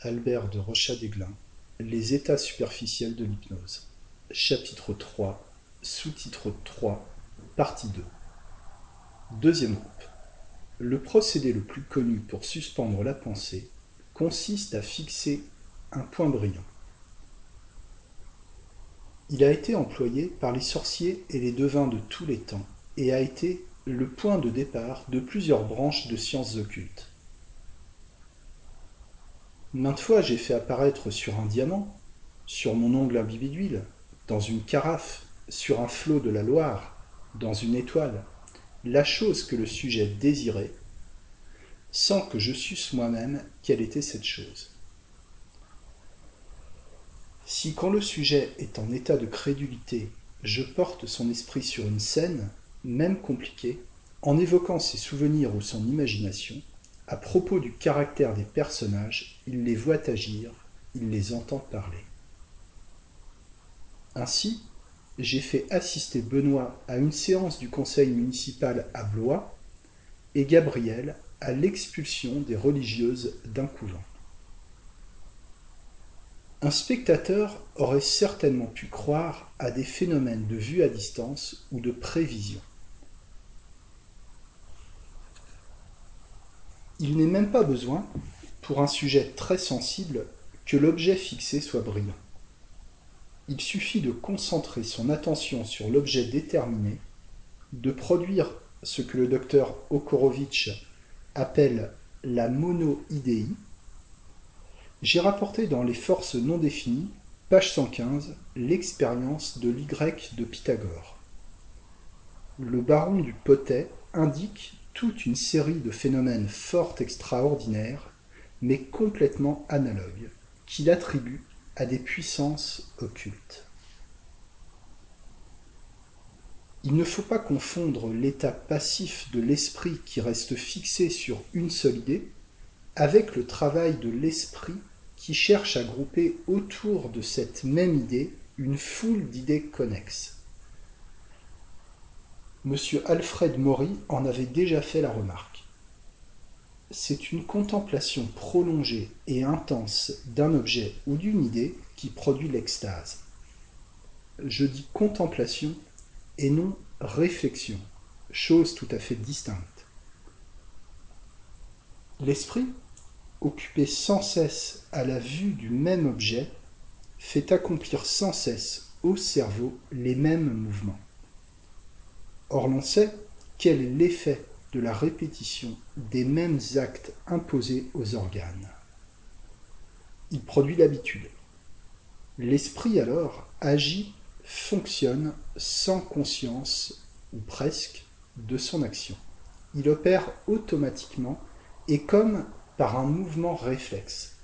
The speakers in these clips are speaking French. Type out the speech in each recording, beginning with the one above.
Albert de Rochadéglin, Les états superficiels de l'hypnose. Chapitre 3, sous-titre 3, partie 2. Deuxième groupe. Le procédé le plus connu pour suspendre la pensée consiste à fixer un point brillant. Il a été employé par les sorciers et les devins de tous les temps et a été le point de départ de plusieurs branches de sciences occultes. Maintes fois j'ai fait apparaître sur un diamant, sur mon ongle imbibé d'huile, dans une carafe, sur un flot de la Loire, dans une étoile, la chose que le sujet désirait, sans que je susse moi-même quelle était cette chose. Si quand le sujet est en état de crédulité, je porte son esprit sur une scène, même compliquée, en évoquant ses souvenirs ou son imagination, à propos du caractère des personnages, il les voit agir, il les entend parler. Ainsi, j'ai fait assister Benoît à une séance du conseil municipal à Blois et Gabriel à l'expulsion des religieuses d'un couvent. Un spectateur aurait certainement pu croire à des phénomènes de vue à distance ou de prévision. Il n'est même pas besoin, pour un sujet très sensible, que l'objet fixé soit brillant. Il suffit de concentrer son attention sur l'objet déterminé, de produire ce que le docteur Okorovitch appelle la monoïdéie. J'ai rapporté dans Les forces non définies, page 115, l'expérience de l'Y de Pythagore. Le baron du Potet indique toute une série de phénomènes fort extraordinaires, mais complètement analogues, qu'il attribue à des puissances occultes. Il ne faut pas confondre l'état passif de l'esprit qui reste fixé sur une seule idée avec le travail de l'esprit qui cherche à grouper autour de cette même idée une foule d'idées connexes. M. Alfred Maury en avait déjà fait la remarque. C'est une contemplation prolongée et intense d'un objet ou d'une idée qui produit l'extase. Je dis contemplation et non réflexion, chose tout à fait distincte. L'esprit, occupé sans cesse à la vue du même objet, fait accomplir sans cesse au cerveau les mêmes mouvements. Or l'on sait quel est l'effet de la répétition des mêmes actes imposés aux organes. Il produit l'habitude. L'esprit alors agit, fonctionne sans conscience, ou presque, de son action. Il opère automatiquement et comme par un mouvement réflexe.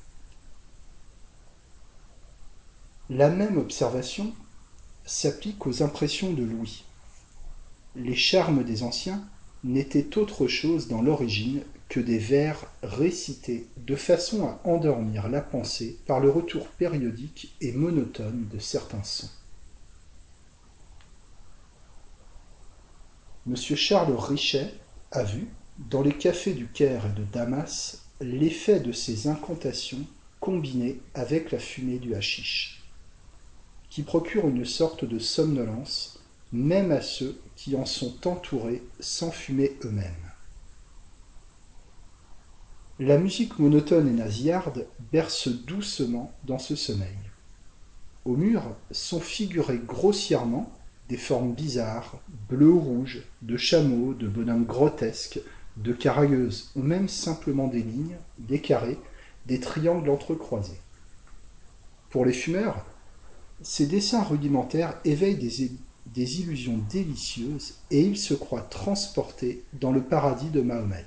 La même observation s'applique aux impressions de l'ouïe. Les charmes des anciens n'étaient autre chose dans l'origine que des vers récités de façon à endormir la pensée par le retour périodique et monotone de certains sons. M. Charles Richet a vu, dans les cafés du Caire et de Damas, l'effet de ces incantations combinées avec la fumée du hashish, qui procure une sorte de somnolence, même à ceux qui en sont entourés sans fumer eux-mêmes. La musique monotone et nasillarde berce doucement dans ce sommeil. Au mur sont figurées grossièrement des formes bizarres, bleues ou rouges, de chameaux, de bonhommes grotesques, de caragueuses, ou même simplement des lignes, des carrés, des triangles entrecroisés. Pour les fumeurs, ces dessins rudimentaires éveillent des illusions délicieuses et ils se croient transportés dans le paradis de Mahomet.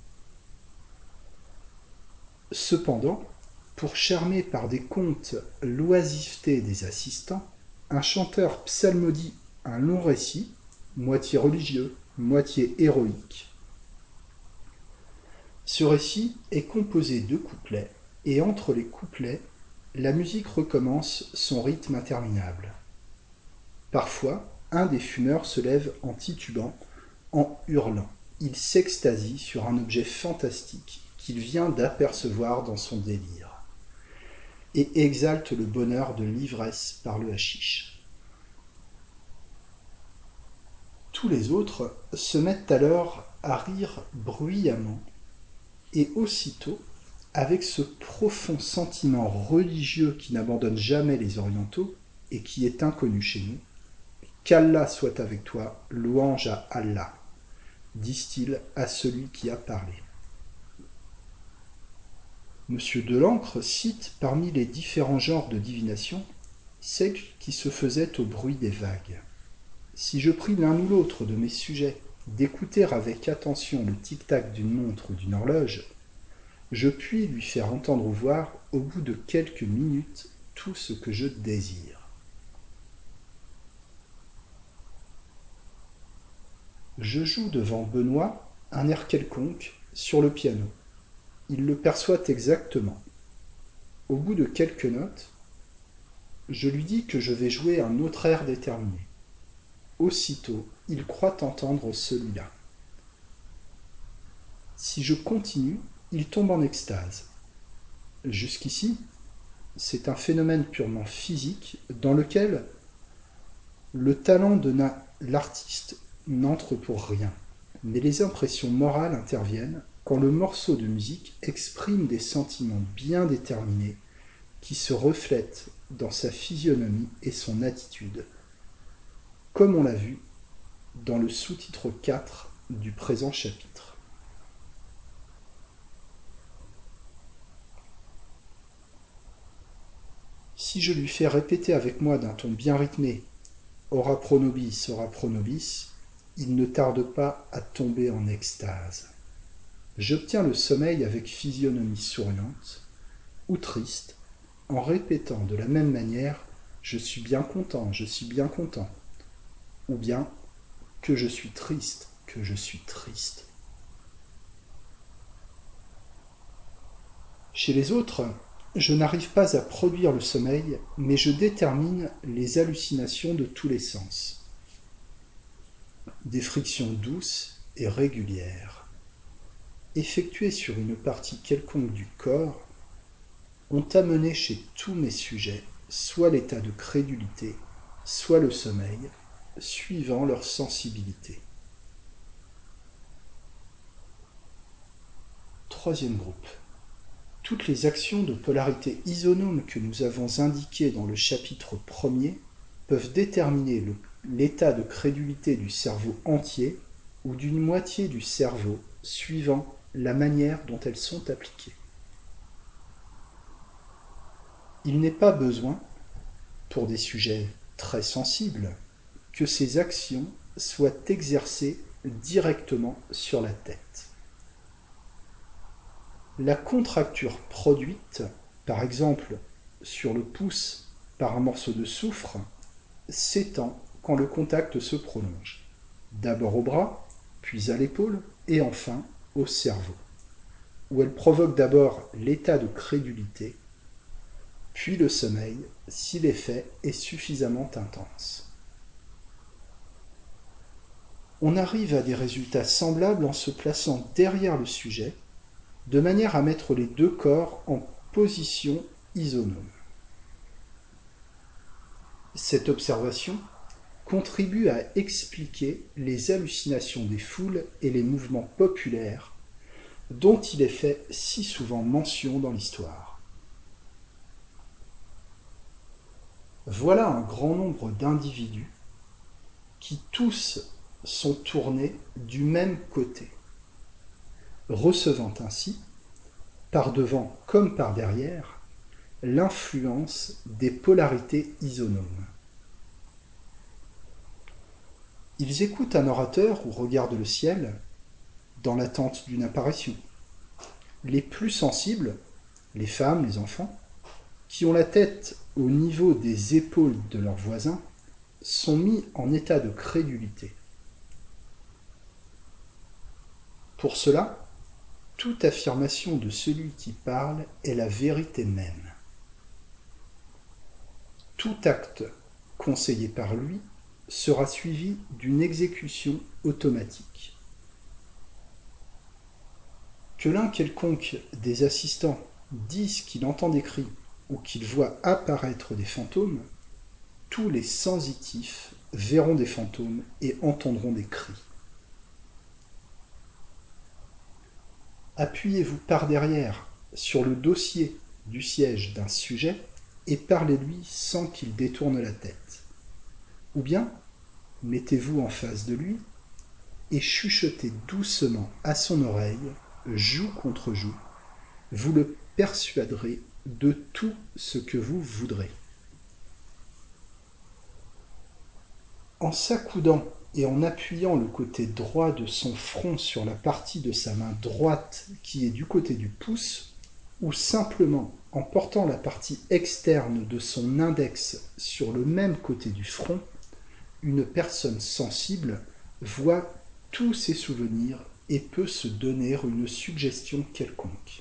Cependant, pour charmer par des contes l'oisiveté des assistants, un chanteur psalmodie un long récit, moitié religieux, moitié héroïque. Ce récit est composé de couplets, et entre les couplets, la musique recommence son rythme interminable. Parfois, un des fumeurs se lève en titubant, en hurlant. Il s'extasie sur un objet fantastique qu'il vient d'apercevoir dans son délire. et exalte le bonheur de l'ivresse par le haschisch. Tous les autres se mettent alors à rire bruyamment, et aussitôt, avec ce profond sentiment religieux qui n'abandonne jamais les orientaux et qui est inconnu chez nous, qu'Allah soit avec toi, louange à Allah, disent-ils à celui qui a parlé. Monsieur Delancre cite parmi les différents genres de divination celle qui se faisait au bruit des vagues. Si je prie l'un ou l'autre de mes sujets d'écouter avec attention le tic-tac d'une montre ou d'une horloge, je puis lui faire entendre ou voir, au bout de quelques minutes, tout ce que je désire. Je joue devant Benoît un air quelconque sur le piano. Il le perçoit exactement. Au bout de quelques notes, je lui dis que je vais jouer un autre air déterminé. Aussitôt, il croit entendre celui-là. Si je continue, il tombe en extase. Jusqu'ici, c'est un phénomène purement physique dans lequel le talent de l'artiste n'entre pour rien. Mais les impressions morales interviennent quand le morceau de musique exprime des sentiments bien déterminés qui se reflètent dans sa physionomie et son attitude, comme on l'a vu dans le sous-titre 4 du présent chapitre. Si je lui fais répéter avec moi d'un ton bien rythmé ora pro nobis, il ne tarde pas à tomber en extase. J'obtiens le sommeil avec physionomie souriante ou triste, en répétant de la même manière je suis bien content, je suis bien content, ou bien que je suis triste, que je suis triste. Chez les autres, je n'arrive pas à produire le sommeil, mais je détermine les hallucinations de tous les sens. Des frictions douces et régulières, effectuées sur une partie quelconque du corps, ont amené chez tous mes sujets soit l'état de crédulité, soit le sommeil, suivant leur sensibilité. Troisième groupe. Toutes les actions de polarité isonome que nous avons indiquées dans le chapitre 1er peuvent déterminer l'état de crédulité du cerveau entier ou d'une moitié du cerveau, suivant la manière dont elles sont appliquées. Il n'est pas besoin, pour des sujets très sensibles, que ces actions soient exercées directement sur la tête. La contracture produite, par exemple sur le pouce par un morceau de soufre, s'étend quand le contact se prolonge, d'abord au bras, puis à l'épaule et enfin au cerveau, où elle provoque d'abord l'état de crédulité, puis le sommeil si l'effet est suffisamment intense. On arrive à des résultats semblables en se plaçant derrière le sujet, de manière à mettre les deux corps en position isonome. Cette observation contribue à expliquer les hallucinations des foules et les mouvements populaires dont il est fait si souvent mention dans l'histoire. Voilà un grand nombre d'individus qui tous sont tournés du même côté, recevant ainsi, par devant comme par derrière, l'influence des polarités isonomes. Ils écoutent un orateur ou regardent le ciel dans l'attente d'une apparition. Les plus sensibles, les femmes, les enfants, qui ont la tête au niveau des épaules de leurs voisins, sont mis en état de crédulité. Pour cela, toute affirmation de celui qui parle est la vérité même. Tout acte conseillé par lui sera suivi d'une exécution automatique. Que l'un quelconque des assistants dise qu'il entend des cris ou qu'il voit apparaître des fantômes, tous les sensitifs verront des fantômes et entendront des cris. Appuyez-vous par derrière sur le dossier du siège d'un sujet et parlez-lui sans qu'il détourne la tête. Ou bien, mettez-vous en face de lui et chuchotez doucement à son oreille, joue contre joue. Vous le persuaderez de tout ce que vous voudrez. En s'accoudant et en appuyant le côté droit de son front sur la partie de sa main droite qui est du côté du pouce, ou simplement en portant la partie externe de son index sur le même côté du front, une personne sensible voit tous ses souvenirs et peut se donner une suggestion quelconque.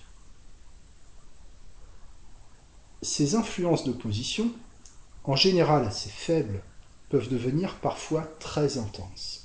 Ces influences de position, en général assez faibles, peuvent devenir parfois très intenses.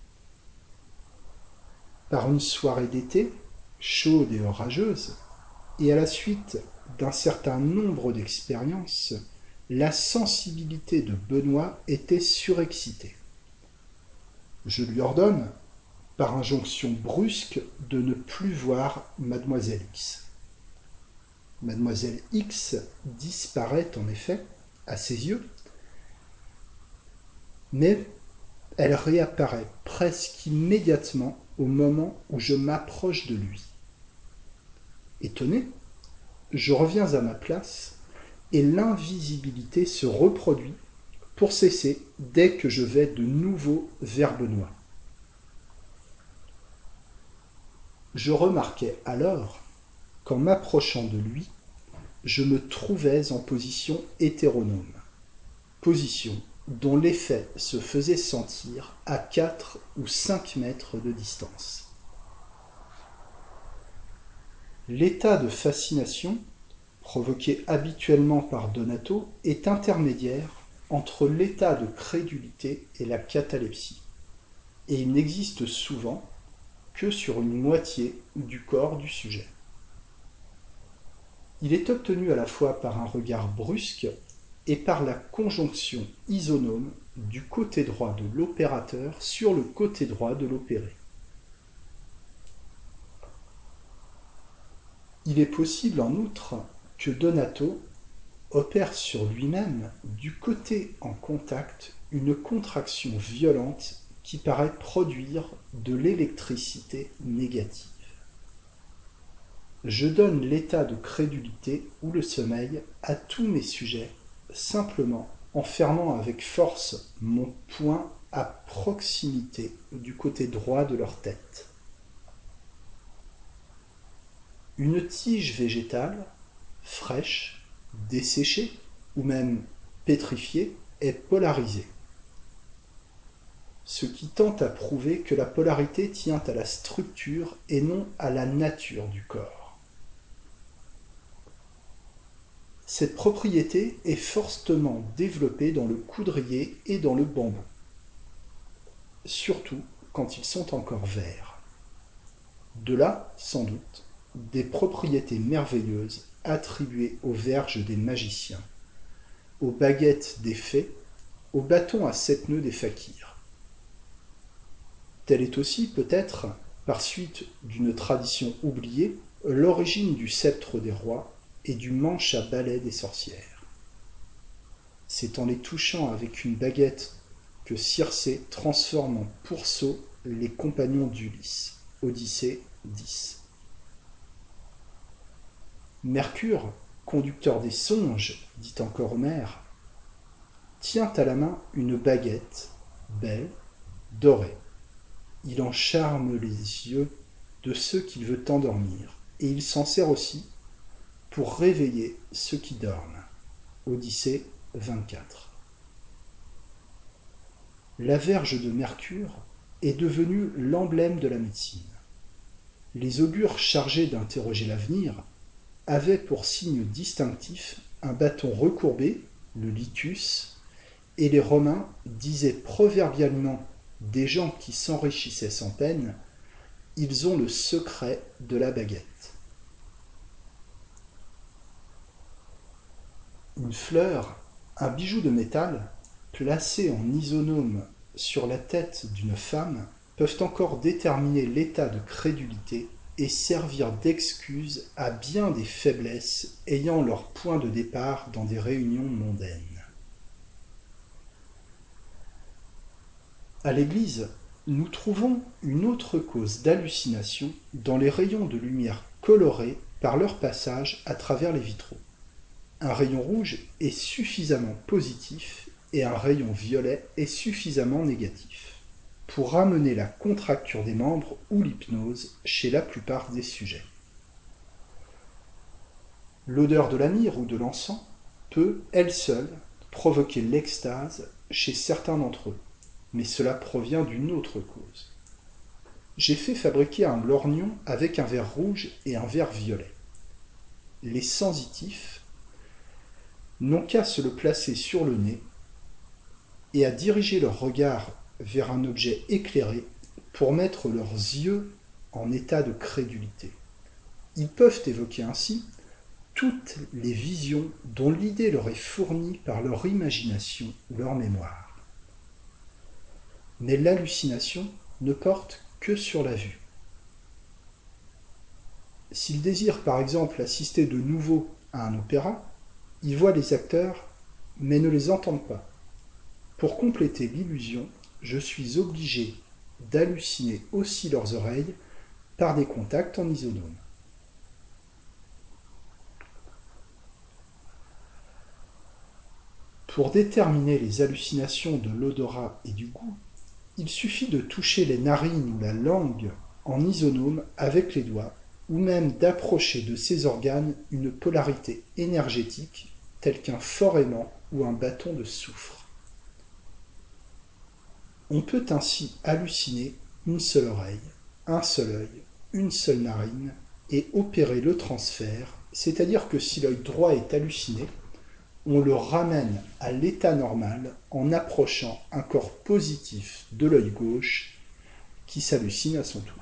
Par une soirée d'été, chaude et orageuse, et à la suite d'un certain nombre d'expériences, la sensibilité de Benoît était surexcitée. Je lui ordonne, par injonction brusque, de ne plus voir Mademoiselle X. Mademoiselle X disparaît en effet, à ses yeux, mais elle réapparaît presque immédiatement au moment où je m'approche de lui. Étonné, je reviens à ma place et l'invisibilité se reproduit pour cesser dès que je vais de nouveau vers Benoît. Je remarquai alors qu'en m'approchant de lui, je me trouvais en position hétéronome, position dont l'effet se faisait sentir à 4 ou 5 mètres de distance. L'état de fascination, provoqué habituellement par Donato, est intermédiaire entre l'état de crédulité et la catalepsie, et il n'existe souvent que sur une moitié du corps du sujet. Il est obtenu à la fois par un regard brusque et par la conjonction isonome du côté droit de l'opérateur sur le côté droit de l'opéré. Il est possible en outre que Donato opère sur lui-même, du côté en contact, une contraction violente qui paraît produire de l'électricité négative. Je donne l'état de crédulité ou le sommeil à tous mes sujets, simplement en fermant avec force mon poing à proximité du côté droit de leur tête. Une tige végétale, fraîche, desséchée ou même pétrifiée, est polarisée. Ce qui tend à prouver que la polarité tient à la structure et non à la nature du corps. Cette propriété est fortement développée dans le coudrier et dans le bambou, surtout quand ils sont encore verts. De là, sans doute, des propriétés merveilleuses attribuées aux verges des magiciens, aux baguettes des fées, aux bâtons à 7 nœuds des fakirs. Telle est aussi, peut-être, par suite d'une tradition oubliée, l'origine du sceptre des rois et du manche à balai des sorcières. C'est en les touchant avec une baguette que Circé transforme en pourceaux les compagnons d'Ulysse. Odyssée 10. Mercure, conducteur des songes, dit encore Homère, tient à la main une baguette, belle, dorée. Il en charme les yeux de ceux qu'il veut endormir, et il s'en sert aussi pour réveiller ceux qui dorment. Odyssée 24. La verge de Mercure est devenue l'emblème de la médecine. Les augures chargés d'interroger l'avenir avaient pour signe distinctif un bâton recourbé, le litus, et les Romains disaient proverbialement des gens qui s'enrichissaient sans peine, ils ont le secret de la baguette. Une fleur, un bijou de métal, placé en isonome sur la tête d'une femme, peuvent encore déterminer l'état de crédulité et servir d'excuse à bien des faiblesses ayant leur point de départ dans des réunions mondaines. À l'église, nous trouvons une autre cause d'hallucination dans les rayons de lumière colorés par leur passage à travers les vitraux. Un rayon rouge est suffisamment positif et un rayon violet est suffisamment négatif pour ramener la contracture des membres ou l'hypnose chez la plupart des sujets. L'odeur de la myrrhe ou de l'encens peut, elle seule, provoquer l'extase chez certains d'entre eux, mais cela provient d'une autre cause. J'ai fait fabriquer un lorgnon avec un verre rouge et un verre violet. Les sensitifs n'ont qu'à se le placer sur le nez et à diriger leur regard vers un objet éclairé pour mettre leurs yeux en état de crédulité. Ils peuvent évoquer ainsi toutes les visions dont l'idée leur est fournie par leur imagination ou leur mémoire. Mais l'hallucination ne porte que sur la vue. S'ils désirent par exemple assister de nouveau à un opéra, ils voient les acteurs mais ne les entendent pas. Pour compléter l'illusion, je suis obligé d'halluciner aussi leurs oreilles par des contacts en isonome. Pour déterminer les hallucinations de l'odorat et du goût, il suffit de toucher les narines ou la langue en isonome avec les doigts ou même d'approcher de ces organes une polarité énergétique telle qu'un fort aimant ou un bâton de soufre. On peut ainsi halluciner une seule oreille, un seul œil, une seule narine et opérer le transfert, c'est-à-dire que si l'œil droit est halluciné, on le ramène à l'état normal en approchant un corps positif de l'œil gauche qui s'hallucine à son tour.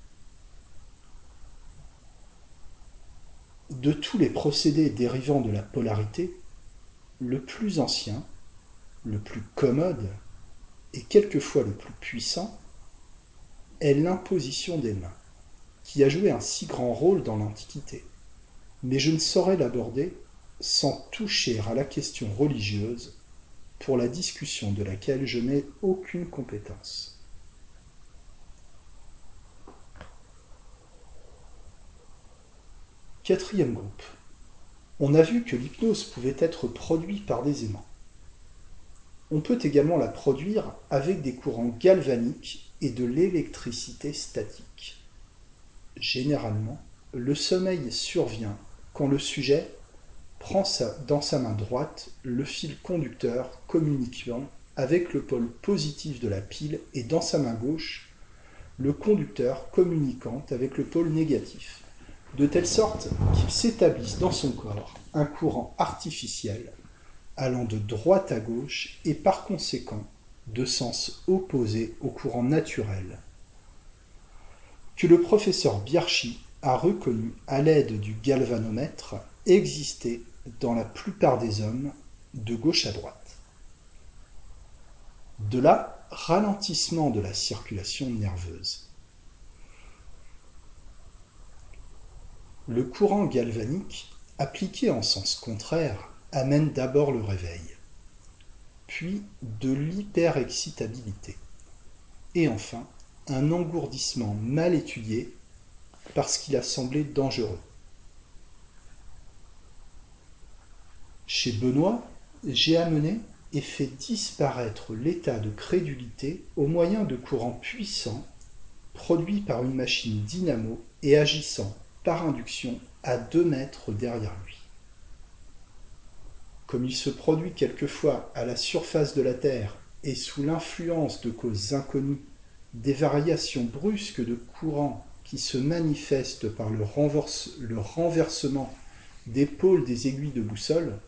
De tous les procédés dérivant de la polarité, le plus ancien, le plus commode et quelquefois le plus puissant est l'imposition des mains, qui a joué un si grand rôle dans l'Antiquité. Mais je ne saurais l'aborder sans toucher à la question religieuse, pour la discussion de laquelle je n'ai aucune compétence. Quatrième groupe. On a vu que l'hypnose pouvait être produite par des aimants. On peut également la produire avec des courants galvaniques et de l'électricité statique. Généralement, le sommeil survient quand le sujet prend dans sa main droite le fil conducteur communiquant avec le pôle positif de la pile et dans sa main gauche le conducteur communiquant avec le pôle négatif, de telle sorte qu'il s'établisse dans son corps un courant artificiel allant de droite à gauche et par conséquent de sens opposé au courant naturel, que le professeur Biarchi a reconnu à l'aide du galvanomètre exister dans la plupart des hommes de gauche à droite. De là, ralentissement de la circulation nerveuse. Le courant galvanique, appliqué en sens contraire, amène d'abord le réveil, puis de l'hyperexcitabilité, et enfin un engourdissement mal étudié parce qu'il a semblé dangereux. Chez Benoît, j'ai amené et fait disparaître l'état de crédulité au moyen de courants puissants produits par une machine dynamo et agissant par induction à 2 mètres derrière lui. Comme il se produit quelquefois à la surface de la Terre et sous l'influence de causes inconnues, des variations brusques de courant qui se manifestent par le renversement des pôles des aiguilles de boussole,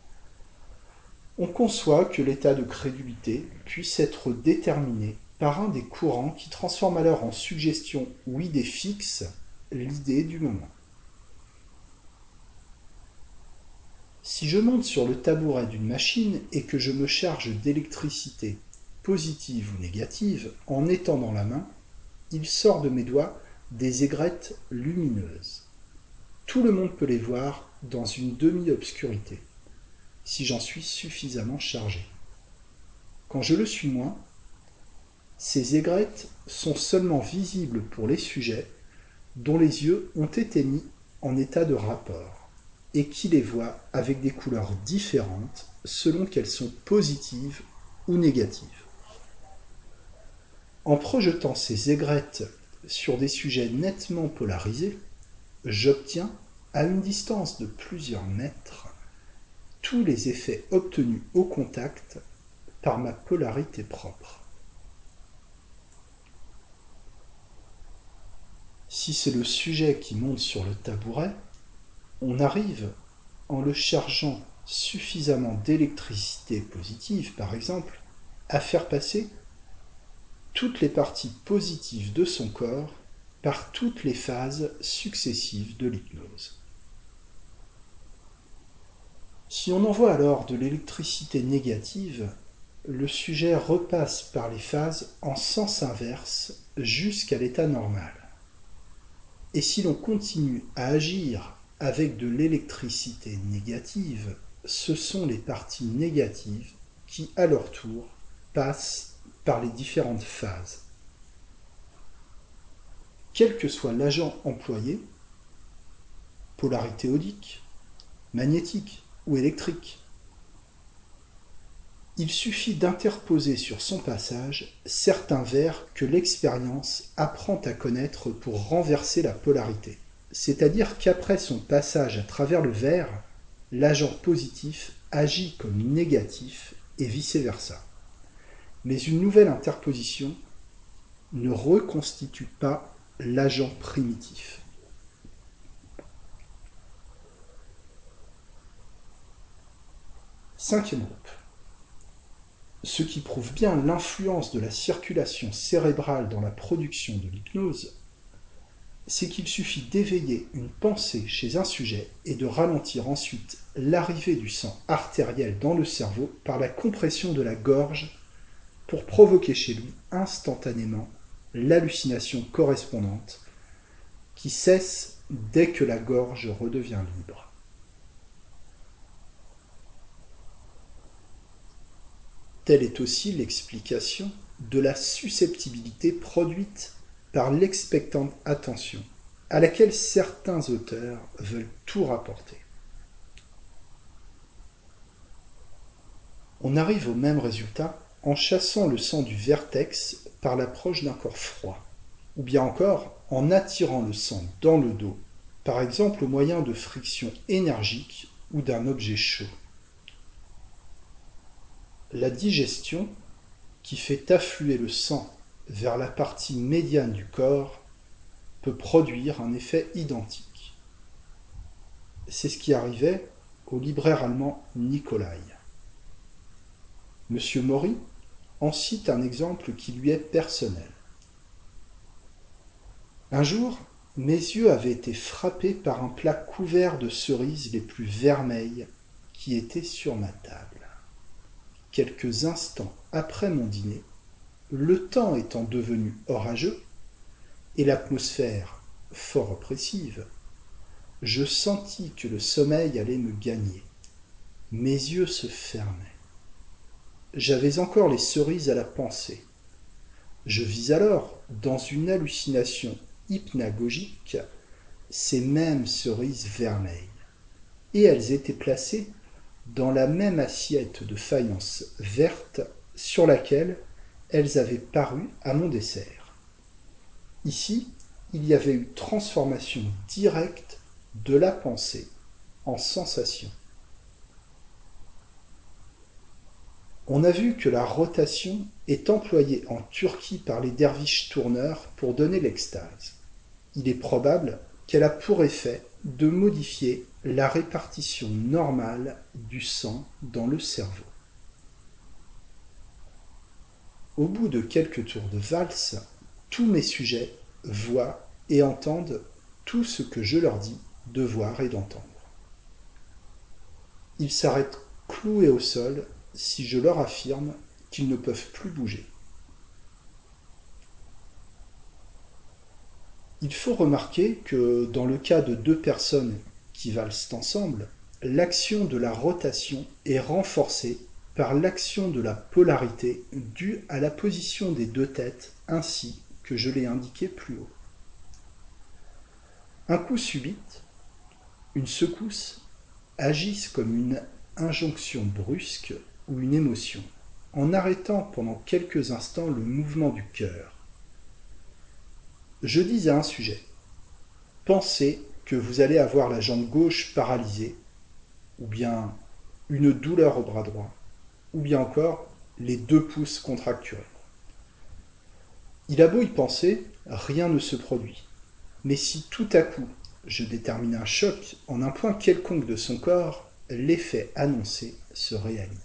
on conçoit que l'état de crédulité puisse être déterminé par un des courants qui transforme alors en suggestion ou idée fixe l'idée du moment. Si je monte sur le tabouret d'une machine et que je me charge d'électricité, positive ou négative, en étendant la main, il sort de mes doigts des aigrettes lumineuses. Tout le monde peut les voir dans une demi-obscurité, si j'en suis suffisamment chargé. Quand je le suis moins, ces aigrettes sont seulement visibles pour les sujets dont les yeux ont été mis en état de rapport et qui les voient avec des couleurs différentes selon qu'elles sont positives ou négatives. En projetant ces aigrettes sur des sujets nettement polarisés, j'obtiens, à une distance de plusieurs mètres, tous les effets obtenus au contact par ma polarité propre. Si c'est le sujet qui monte sur le tabouret, on arrive, en le chargeant suffisamment d'électricité positive, par exemple, à faire passer toutes les parties positives de son corps par toutes les phases successives de l'hypnose. Si on envoie alors de l'électricité négative, le sujet repasse par les phases en sens inverse jusqu'à l'état normal. Et si l'on continue à agir avec de l'électricité négative, ce sont les parties négatives qui, à leur tour, passent par les différentes phases. Quel que soit l'agent employé, polarité odique, magnétique ou électrique, il suffit d'interposer sur son passage certains vers que l'expérience apprend à connaître pour renverser la polarité. C'est-à-dire qu'après son passage à travers le verre, l'agent positif agit comme négatif et vice-versa. Mais une nouvelle interposition ne reconstitue pas l'agent primitif. Cinquième groupe. Ce qui prouve bien l'influence de la circulation cérébrale dans la production de l'hypnose, c'est qu'il suffit d'éveiller une pensée chez un sujet et de ralentir ensuite l'arrivée du sang artériel dans le cerveau par la compression de la gorge pour provoquer chez lui instantanément l'hallucination correspondante qui cesse dès que la gorge redevient libre. Telle est aussi l'explication de la susceptibilité produite par l'expectante attention, à laquelle certains auteurs veulent tout rapporter. On arrive au même résultat en chassant le sang du vertex par l'approche d'un corps froid, ou bien encore en attirant le sang dans le dos, par exemple au moyen de frictions énergiques ou d'un objet chaud. La digestion, qui fait affluer le sang vers la partie médiane du corps, peut produire un effet identique. C'est ce qui arrivait au libraire allemand Nicolai. M. Maury en cite un exemple qui lui est personnel. Un jour, mes yeux avaient été frappés par un plat couvert de cerises les plus vermeilles qui était sur ma table. Quelques instants après mon dîner, le temps étant devenu orageux et l'atmosphère fort oppressive, je sentis que le sommeil allait me gagner. Mes yeux se fermaient. J'avais encore les cerises à la pensée. Je vis alors, dans une hallucination hypnagogique, ces mêmes cerises vermeilles. Et elles étaient placées dans la même assiette de faïence verte sur laquelle elles avaient paru à mon dessert. Ici, il y avait eu transformation directe de la pensée en sensation. On a vu que la rotation est employée en Turquie par les derviches tourneurs pour donner l'extase. Il est probable qu'elle a pour effet de modifier la répartition normale du sang dans le cerveau. Au bout de quelques tours de valse, tous mes sujets voient et entendent tout ce que je leur dis de voir et d'entendre. Ils s'arrêtent cloués au sol si je leur affirme qu'ils ne peuvent plus bouger. Il faut remarquer que dans le cas de deux personnes qui valsent ensemble, l'action de la rotation est renforcée par l'action de la polarité due à la position des deux têtes ainsi que je l'ai indiqué plus haut. Un coup subit, une secousse, agissent comme une injonction brusque ou une émotion, en arrêtant pendant quelques instants le mouvement du cœur. Je dis à un sujet, pensez que vous allez avoir la jambe gauche paralysée, ou bien une douleur au bras droit, ou bien encore les deux pouces contracturés. Il a beau y penser, rien ne se produit. Mais si tout à coup je détermine un choc en un point quelconque de son corps, l'effet annoncé se réalise.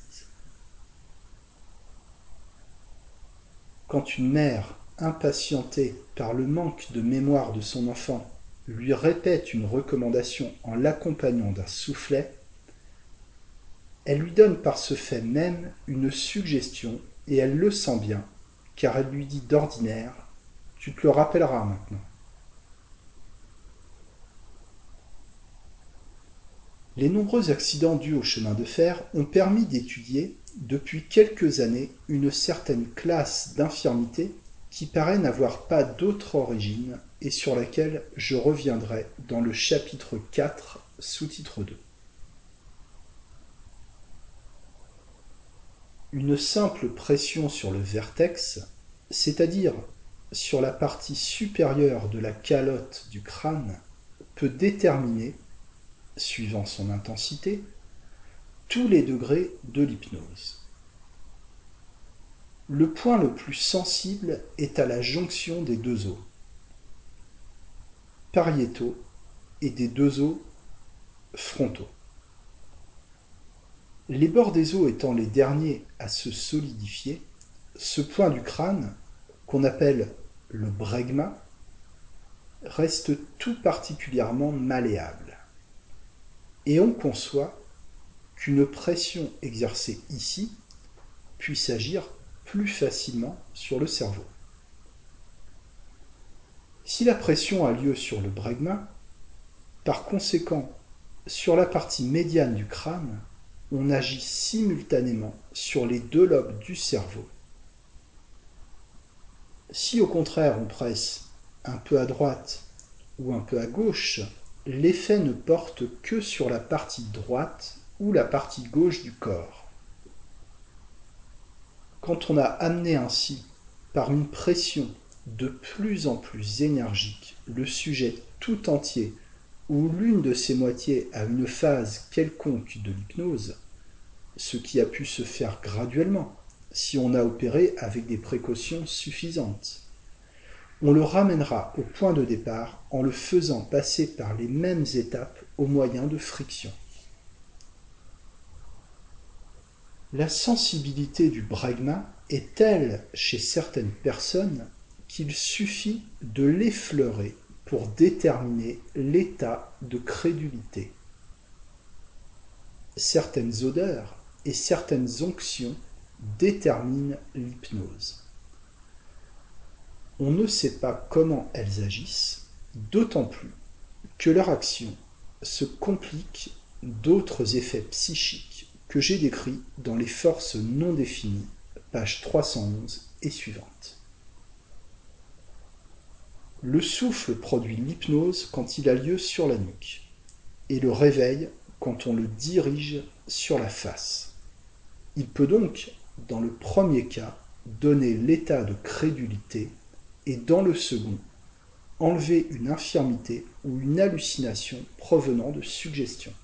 Quand une mère, impatientée par le manque de mémoire de son enfant, lui répète une recommandation en l'accompagnant d'un soufflet, elle lui donne par ce fait même une suggestion et elle le sent bien, car elle lui dit d'ordinaire « Tu te le rappelleras maintenant ». Les nombreux accidents dus au chemin de fer ont permis d'étudier, depuis quelques années, une certaine classe d'infirmités qui paraît n'avoir pas d'autre origine et sur laquelle je reviendrai dans le chapitre 4, sous-titre 2. Une simple pression sur le vertex, c'est-à-dire sur la partie supérieure de la calotte du crâne, peut déterminer, suivant son intensité, tous les degrés de l'hypnose. Le point le plus sensible est à la jonction des deux os pariétaux et des deux os frontaux. Les bords des os étant les derniers à se solidifier, ce point du crâne, qu'on appelle le bregma, reste tout particulièrement malléable. Et on conçoit qu'une pression exercée ici puisse agir plus facilement sur le cerveau. Si la pression a lieu sur le bregma, par conséquent, sur la partie médiane du crâne, on agit simultanément sur les deux lobes du cerveau. Si au contraire on presse un peu à droite ou un peu à gauche, l'effet ne porte que sur la partie droite ou la partie gauche du corps. Quand on a amené ainsi, par une pression de plus en plus énergique, le sujet tout entier ou l'une de ses moitiés à une phase quelconque de l'hypnose, ce qui a pu se faire graduellement, si on a opéré avec des précautions suffisantes. On le ramènera au point de départ en le faisant passer par les mêmes étapes au moyen de friction. La sensibilité du bregma est telle chez certaines personnes qu'il suffit de l'effleurer pour déterminer l'état de crédulité. Certaines odeurs et certaines onctions déterminent l'hypnose. On ne sait pas comment elles agissent, d'autant plus que leur action se complique d'autres effets psychiques que j'ai décrits dans les forces non définies, page 311 et suivante. Le souffle produit l'hypnose quand il a lieu sur la nuque, et le réveil quand on le dirige sur la face. Il peut donc, dans le premier cas, donner l'état de crédulité et dans le second, enlever une infirmité ou une hallucination provenant de suggestions.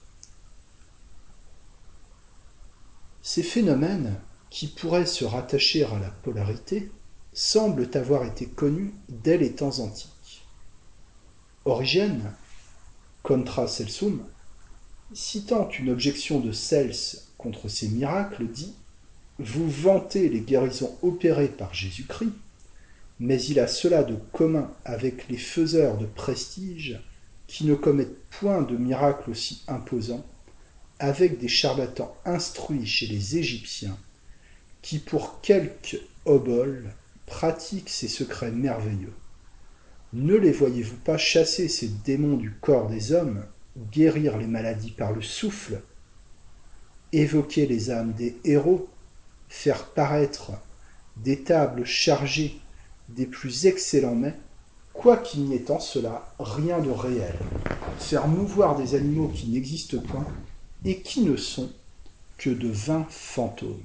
Ces phénomènes, qui pourraient se rattacher à la polarité, semblent avoir été connus dès les temps antiques. Origène, Contra Celsum, citant une objection de Cels contre ces miracles, dit « Vous vantez les guérisons opérées par Jésus-Christ, mais il a cela de commun avec les faiseurs de prestige qui ne commettent point de miracles aussi imposants avec des charlatans instruits chez les Égyptiens, qui pour quelques oboles pratiquent ces secrets merveilleux. Ne les voyez-vous pas chasser ces démons du corps des hommes, guérir les maladies par le souffle, évoquer les âmes des héros, faire paraître des tables chargées des plus excellents mets, quoiqu'il n'y ait en cela rien de réel, faire mouvoir des animaux qui n'existent point et qui ne sont que de vains fantômes.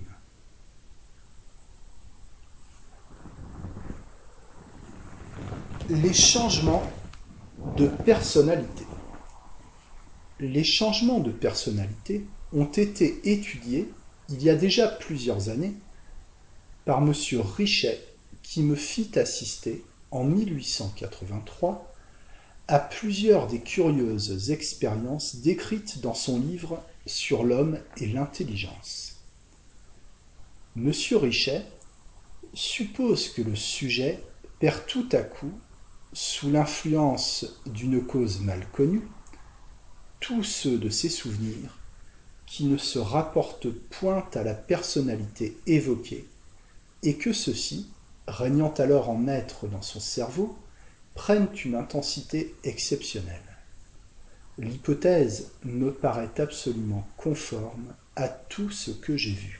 Les changements de personnalité. Les changements de personnalité ont été étudiés il y a déjà plusieurs années par M. Richet, qui me fit assister en 1883 à plusieurs des curieuses expériences décrites dans son livre sur l'homme et l'intelligence. M. Richet suppose que le sujet perd tout à coup, sous l'influence d'une cause mal connue, tous ceux de ses souvenirs qui ne se rapportent point à la personnalité évoquée, et que ceux-ci, régnant alors en maître dans son cerveau, prennent une intensité exceptionnelle. L'hypothèse me paraît absolument conforme à tout ce que j'ai vu.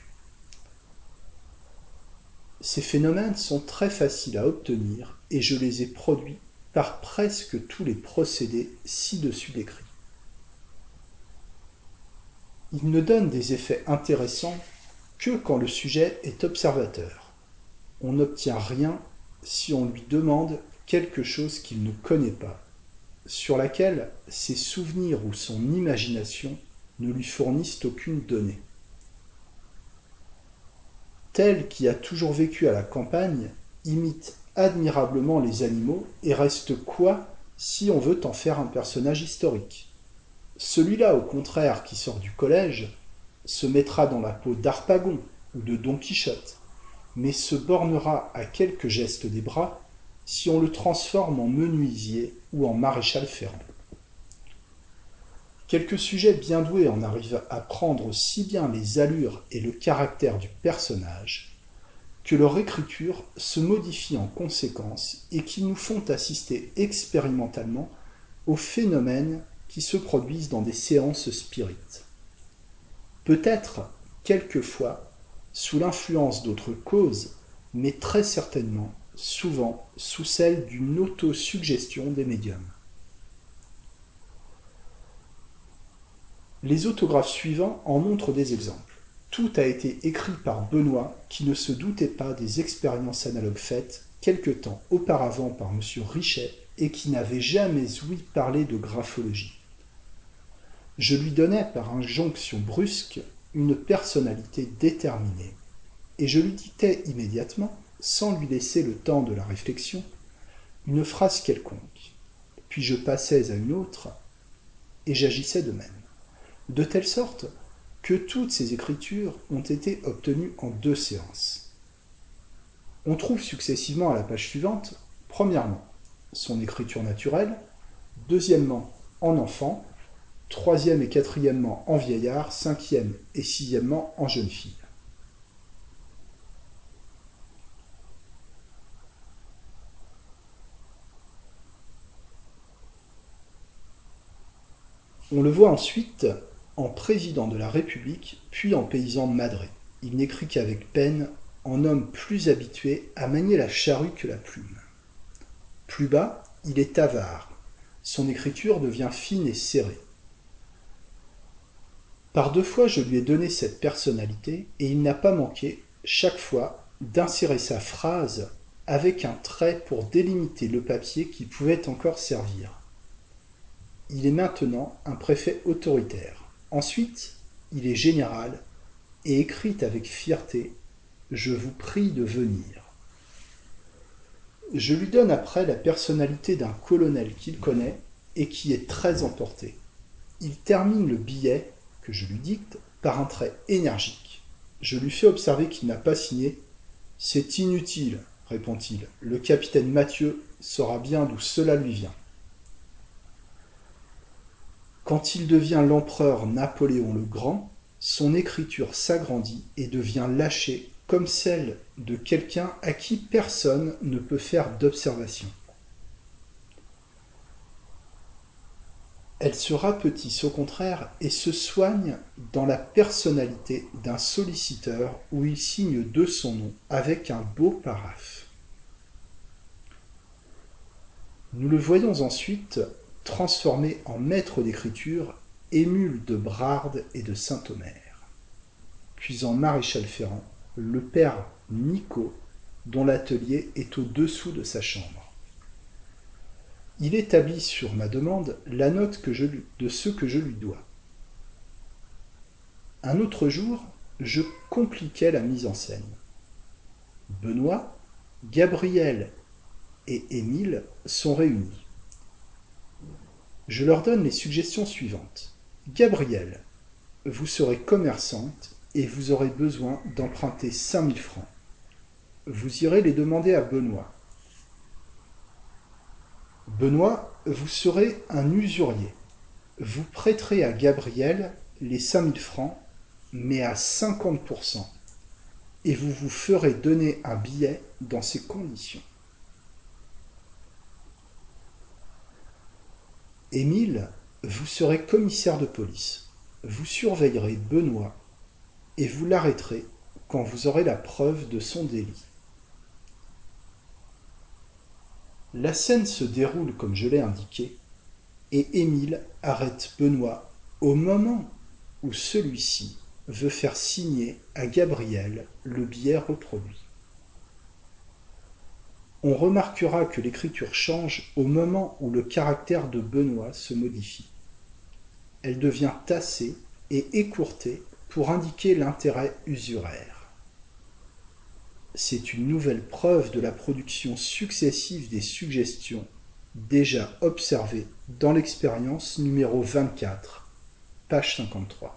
Ces phénomènes sont très faciles à obtenir et je les ai produits par presque tous les procédés ci-dessus décrits. Ils ne donnent des effets intéressants que quand le sujet est observateur. On n'obtient rien si on lui demande quelque chose qu'il ne connaît pas, sur laquelle ses souvenirs ou son imagination ne lui fournissent aucune donnée. Tel qui a toujours vécu à la campagne imite admirablement les animaux et reste quoi si on veut en faire un personnage historique. Celui-là, au contraire, qui sort du collège, se mettra dans la peau d'Harpagon ou de Don Quichotte, mais se bornera à quelques gestes des bras si on le transforme en menuisier ou en maréchal ferrant. Quelques sujets bien doués en arrivent à prendre si bien les allures et le caractère du personnage que leur écriture se modifie en conséquence et qui nous font assister expérimentalement aux phénomènes qui se produisent dans des séances spirites. Peut-être, quelquefois, sous l'influence d'autres causes, mais très certainement, souvent, sous celle d'une autosuggestion des médiums. Les autographes suivants en montrent des exemples. Tout a été écrit par Benoît, qui ne se doutait pas des expériences analogues faites quelque temps auparavant par M. Richet et qui n'avait jamais ouï parler de graphologie. Je lui donnais par injonction brusque une personnalité déterminée, et je lui dictais immédiatement, sans lui laisser le temps de la réflexion, une phrase quelconque. Puis je passais à une autre, et j'agissais de même. De telle sorte que toutes ces écritures ont été obtenues en 2 séances. On trouve successivement à la page suivante, premièrement, son écriture naturelle, deuxièmement, en enfant, troisième et quatrièmement en vieillard, cinquième et sixièmement en jeune fille. On le voit ensuite en président de la République, puis en paysan madré. Il n'écrit qu'avec peine, en homme plus habitué à manier la charrue que la plume. Plus bas, il est avare. Son écriture devient fine et serrée. Par 2 fois, je lui ai donné cette personnalité, et il n'a pas manqué, chaque fois, d'insérer sa phrase avec un trait pour délimiter le papier qui pouvait encore servir. Il est maintenant un préfet autoritaire. Ensuite, il est général et écrit avec fierté « Je vous prie de venir ». Je lui donne après la personnalité d'un colonel qu'il connaît et qui est très emporté. Il termine le billet que je lui dicte par un trait énergique. Je lui fais observer qu'il n'a pas signé. « C'est inutile, répond-il. Le capitaine Mathieu saura bien d'où cela lui vient. Quand il devient l'empereur Napoléon le Grand, son écriture s'agrandit et devient lâchée comme celle de quelqu'un à qui personne ne peut faire d'observation. Elle se rapetisse au contraire et se soigne dans la personnalité d'un solliciteur où il signe de son nom avec un beau paraphe. Nous le voyons ensuite transformé en maître d'écriture, émule de Brarde et de Saint-Omer, puis en maréchal Ferrand, le père Nicot, dont l'atelier est au-dessous de sa chambre. Il établit sur ma demande la note de ce que je lui dois. Un autre jour, je compliquais la mise en scène. Benoît, Gabriel et Émile sont réunis. Je leur donne les suggestions suivantes. Gabriel, vous serez commerçante et vous aurez besoin d'emprunter 5000 francs. Vous irez les demander à Benoît. Benoît, vous serez un usurier. Vous prêterez à Gabriel les 5000 francs, mais à 50%, et vous vous ferez donner un billet dans ces conditions. Émile, vous serez commissaire de police. Vous surveillerez Benoît et vous l'arrêterez quand vous aurez la preuve de son délit. La scène se déroule comme je l'ai indiqué, et Émile arrête Benoît au moment où celui-ci veut faire signer à Gabriel le billet reproduit. On remarquera que l'écriture change au moment où le caractère de Benoît se modifie. Elle devient tassée et écourtée pour indiquer l'intérêt usuraire. C'est une nouvelle preuve de la production successive des suggestions déjà observées dans l'expérience numéro 24, page 53.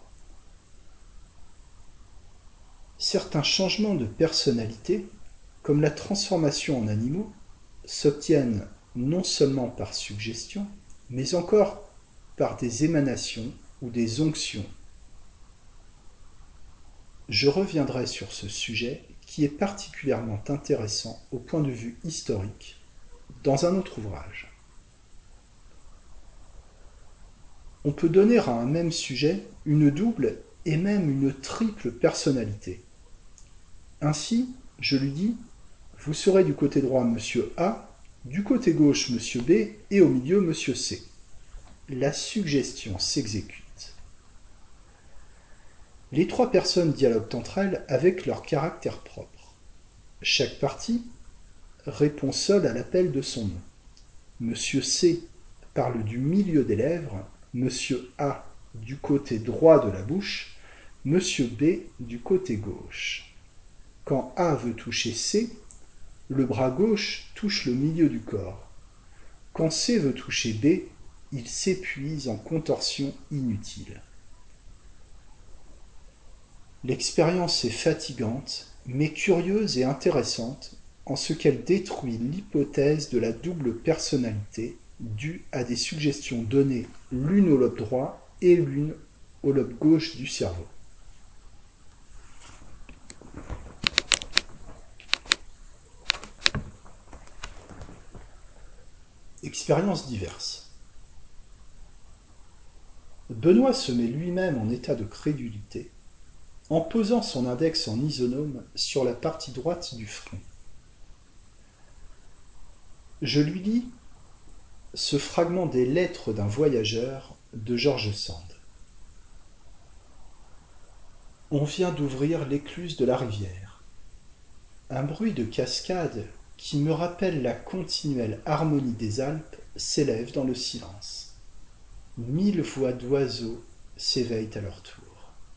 Certains changements de personnalité, comme la transformation en animaux, s'obtiennent non seulement par suggestion, mais encore par des émanations ou des onctions. Je reviendrai sur ce sujet qui est particulièrement intéressant au point de vue historique dans un autre ouvrage. On peut donner à un même sujet une double et même une triple personnalité. Ainsi, je lui dis, vous serez du côté droit monsieur A, du côté gauche monsieur B et au milieu monsieur C. La suggestion s'exécute. Les trois personnes dialoguent entre elles avec leur caractère propre. Chaque partie répond seule à l'appel de son nom. Monsieur C parle du milieu des lèvres, monsieur A du côté droit de la bouche, monsieur B du côté gauche. Quand A veut toucher C, le bras gauche touche le milieu du corps. Quand C veut toucher B, il s'épuise en contorsions inutiles. L'expérience est fatigante, mais curieuse et intéressante en ce qu'elle détruit l'hypothèse de la double personnalité due à des suggestions données l'une au lobe droit et l'une au lobe gauche du cerveau. Expériences diverses. Benoît se met lui-même en état de crédulité en posant son index en isonome sur la partie droite du front. Je lui lis ce fragment des Lettres d'un voyageur de George Sand. On vient d'ouvrir l'écluse de la rivière. Un bruit de cascade qui me rappelle la continuelle harmonie des Alpes s'élève dans le silence. 1000 voix d'oiseaux s'éveillent à leur tour.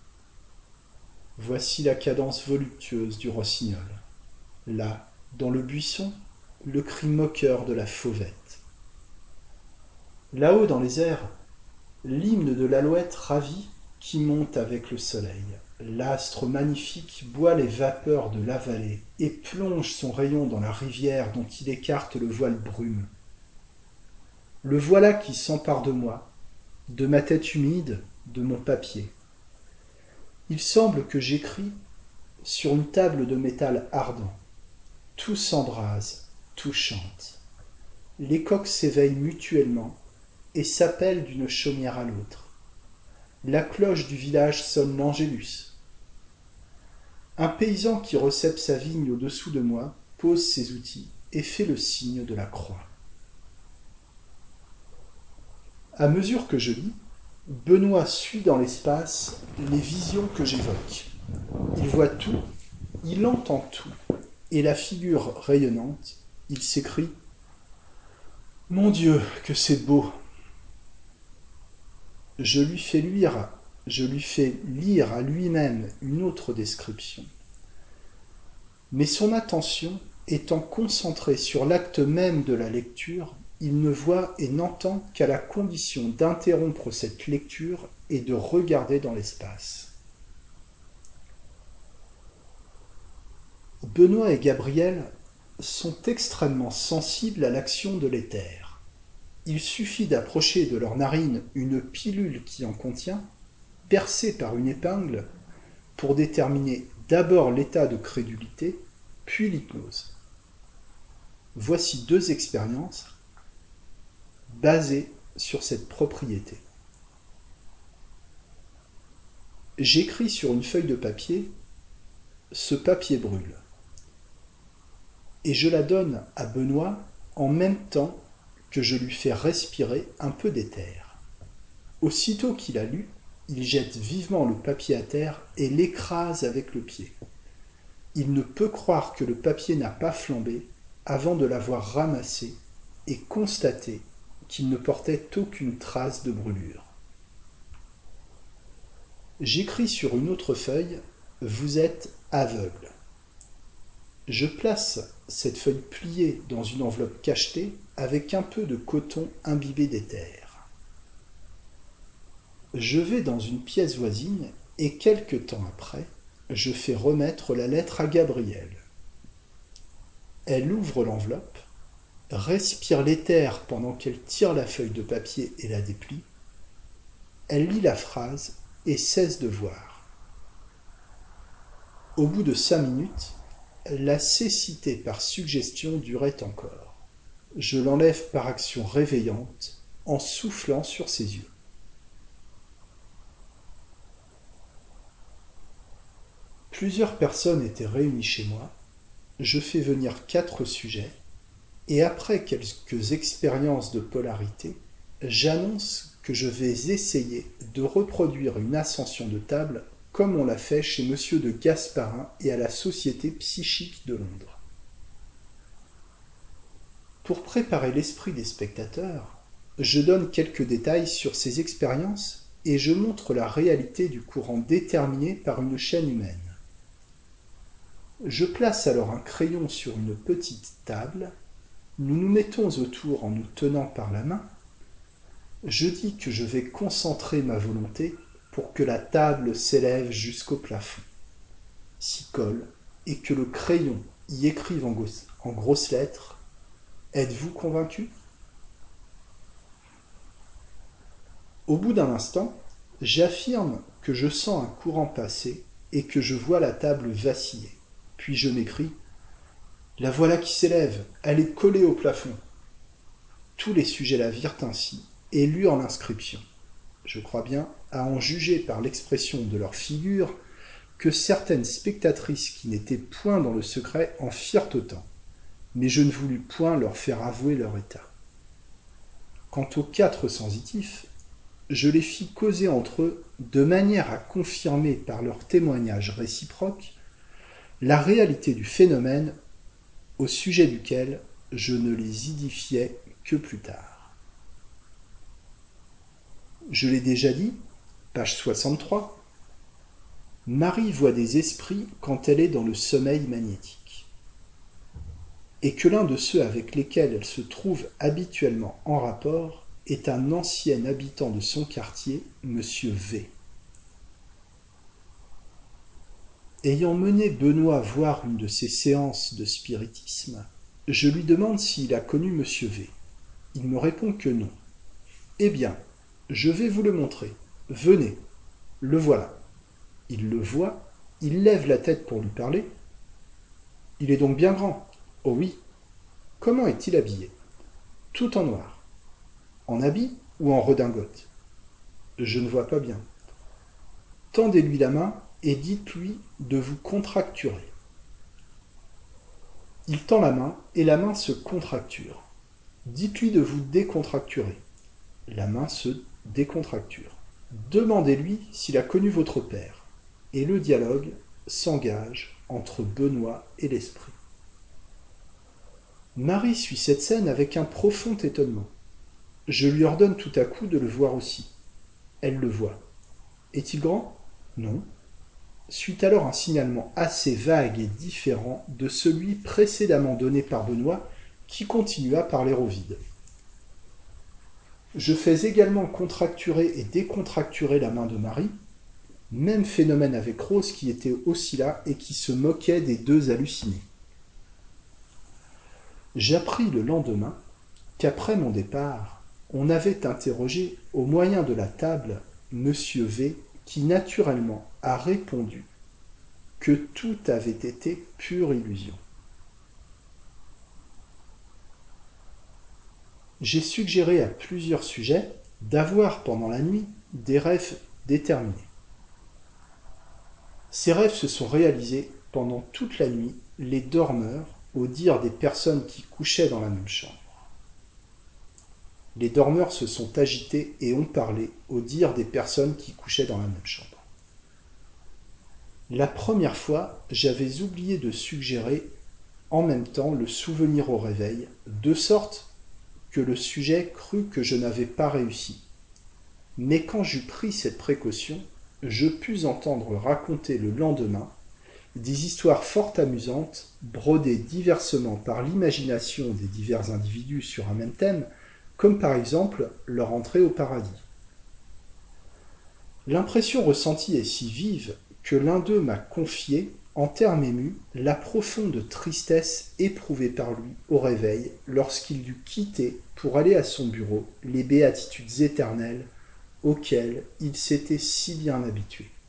Voici la cadence voluptueuse du rossignol. Là, dans le buisson, le cri moqueur de la fauvette. Là-haut dans les airs, l'hymne de l'alouette ravie qui monte avec le soleil. L'astre magnifique boit les vapeurs de la vallée et plonge son rayon dans la rivière dont il écarte le voile brume. Le voilà qui s'empare de moi, de ma tête humide, de mon papier. Il semble que j'écris sur une table de métal ardent. Tout s'embrase, tout chante. Les coqs s'éveillent mutuellement et s'appellent d'une chaumière à l'autre. La cloche du village sonne l'Angélus. Un paysan qui recèpe sa vigne au-dessous de moi pose ses outils et fait le signe de la croix. À mesure que je lis, Benoît suit dans l'espace les visions que j'évoque. Il voit tout, il entend tout, et la figure rayonnante, il s'écrie « Mon Dieu, que c'est beau !» Je lui fais lire à lui-même une autre description. Mais son attention étant concentrée sur l'acte même de la lecture, il ne voit et n'entend qu'à la condition d'interrompre cette lecture et de regarder dans l'espace. Benoît et Gabriel sont extrêmement sensibles à l'action de l'éther. Il suffit d'approcher de leur narine une pilule qui en contient, percée par une épingle, pour déterminer d'abord l'état de crédulité, puis l'hypnose. Voici 2 expériences basées sur cette propriété. J'écris sur une feuille de papier, ce papier brûle, et je la donne à Benoît en même temps que je lui fais respirer un peu d'éther. Aussitôt qu'il a lu, il jette vivement le papier à terre et l'écrase avec le pied. Il ne peut croire que le papier n'a pas flambé avant de l'avoir ramassé et constaté qu'il ne portait aucune trace de brûlure. J'écris sur une autre feuille « Vous êtes aveugle ». Je place cette feuille pliée dans une enveloppe cachetée avec un peu de coton imbibé d'éther. Je vais dans une pièce voisine et quelque temps après, je fais remettre la lettre à Gabrielle. Elle ouvre l'enveloppe, respire l'éther pendant qu'elle tire la feuille de papier et la déplie. Elle lit la phrase et cesse de voir. Au bout de 5 minutes, la cécité par suggestion durait encore. Je l'enlève par action réveillante en soufflant sur ses yeux. Plusieurs personnes étaient réunies chez moi. Je fais venir 4 sujets et après quelques expériences de polarité, j'annonce que je vais essayer de reproduire une ascension de table comme on l'a fait chez Monsieur de Gasparin et à la Société psychique de Londres. Pour préparer l'esprit des spectateurs, je donne quelques détails sur ces expériences et je montre la réalité du courant déterminé par une chaîne humaine. Je place alors un crayon sur une petite table, nous nous mettons autour en nous tenant par la main. Je dis que je vais concentrer ma volonté pour que la table s'élève jusqu'au plafond, s'y colle et que le crayon y écrive en grosses lettres « Êtes-vous convaincu ?» Au bout d'un instant, j'affirme que je sens un courant passer et que je vois la table vaciller. Puis je m'écrie « La voilà qui s'élève, elle est collée au plafond !» Tous les sujets la virent ainsi et lurent l'inscription. Je crois bien, à en juger par l'expression de leur figure, que certaines spectatrices qui n'étaient point dans le secret en firent autant. Mais je ne voulus point leur faire avouer leur état. Quant aux 4 sensitifs, je les fis causer entre eux de manière à confirmer par leurs témoignages réciproques la réalité du phénomène au sujet duquel je ne les édifiais que plus tard. Je l'ai déjà dit, page 63, Marie voit des esprits quand elle est dans le sommeil magnétique, et que l'un de ceux avec lesquels elle se trouve habituellement en rapport est un ancien habitant de son quartier, Monsieur V. Ayant mené Benoît voir une de ces séances de spiritisme, je lui demande s'il a connu Monsieur V. Il me répond que non. Eh bien, Je vais vous le montrer. Venez. Le voilà. Il le voit, il lève la tête pour lui parler. Il est donc bien grand. Oh oui. Comment est-il habillé? Tout en noir. En habit ou en redingote? Je ne vois pas bien. Tendez-lui la main et dites-lui de vous contracturer. Il tend la main et la main se contracture. Dites-lui de vous décontracturer. La main se décontracture. Demandez-lui s'il a connu votre père. Et le dialogue s'engage entre Benoît et l'esprit. Marie suit cette scène avec un profond étonnement. Je lui ordonne tout à coup de le voir aussi. Elle le voit. Est-il grand? Non. Suit alors un signalement assez vague et différent de celui précédemment donné par Benoît, qui continua à parler au vide. Je fais également contracturer et décontracturer la main de Marie. Même phénomène avec Rose qui était aussi là et qui se moquait des deux hallucinés. J'appris le lendemain qu'après mon départ, on avait interrogé au moyen de la table Monsieur V, qui naturellement a répondu que tout avait été pure illusion. J'ai suggéré à plusieurs sujets d'avoir pendant la nuit des rêves déterminés. Ces rêves se sont réalisés pendant toute la nuit, les dormeurs, au dire des personnes qui couchaient dans la même chambre. Les dormeurs se sont agités et ont parlé au dire des personnes qui couchaient dans la même chambre. La première fois, j'avais oublié de suggérer en même temps le souvenir au réveil, de sorte que le sujet crut que je n'avais pas réussi. Mais quand j'eus pris cette précaution, je pus entendre raconter le lendemain des histoires fort amusantes, brodées diversement par l'imagination des divers individus sur un même thème, comme par exemple leur entrée au paradis. L'impression ressentie est si vive que l'un d'eux m'a confié, en termes émus, la profonde tristesse éprouvée par lui au réveil lorsqu'il dut quitter pour aller à son bureau les béatitudes éternelles auxquelles il s'était si bien habitué.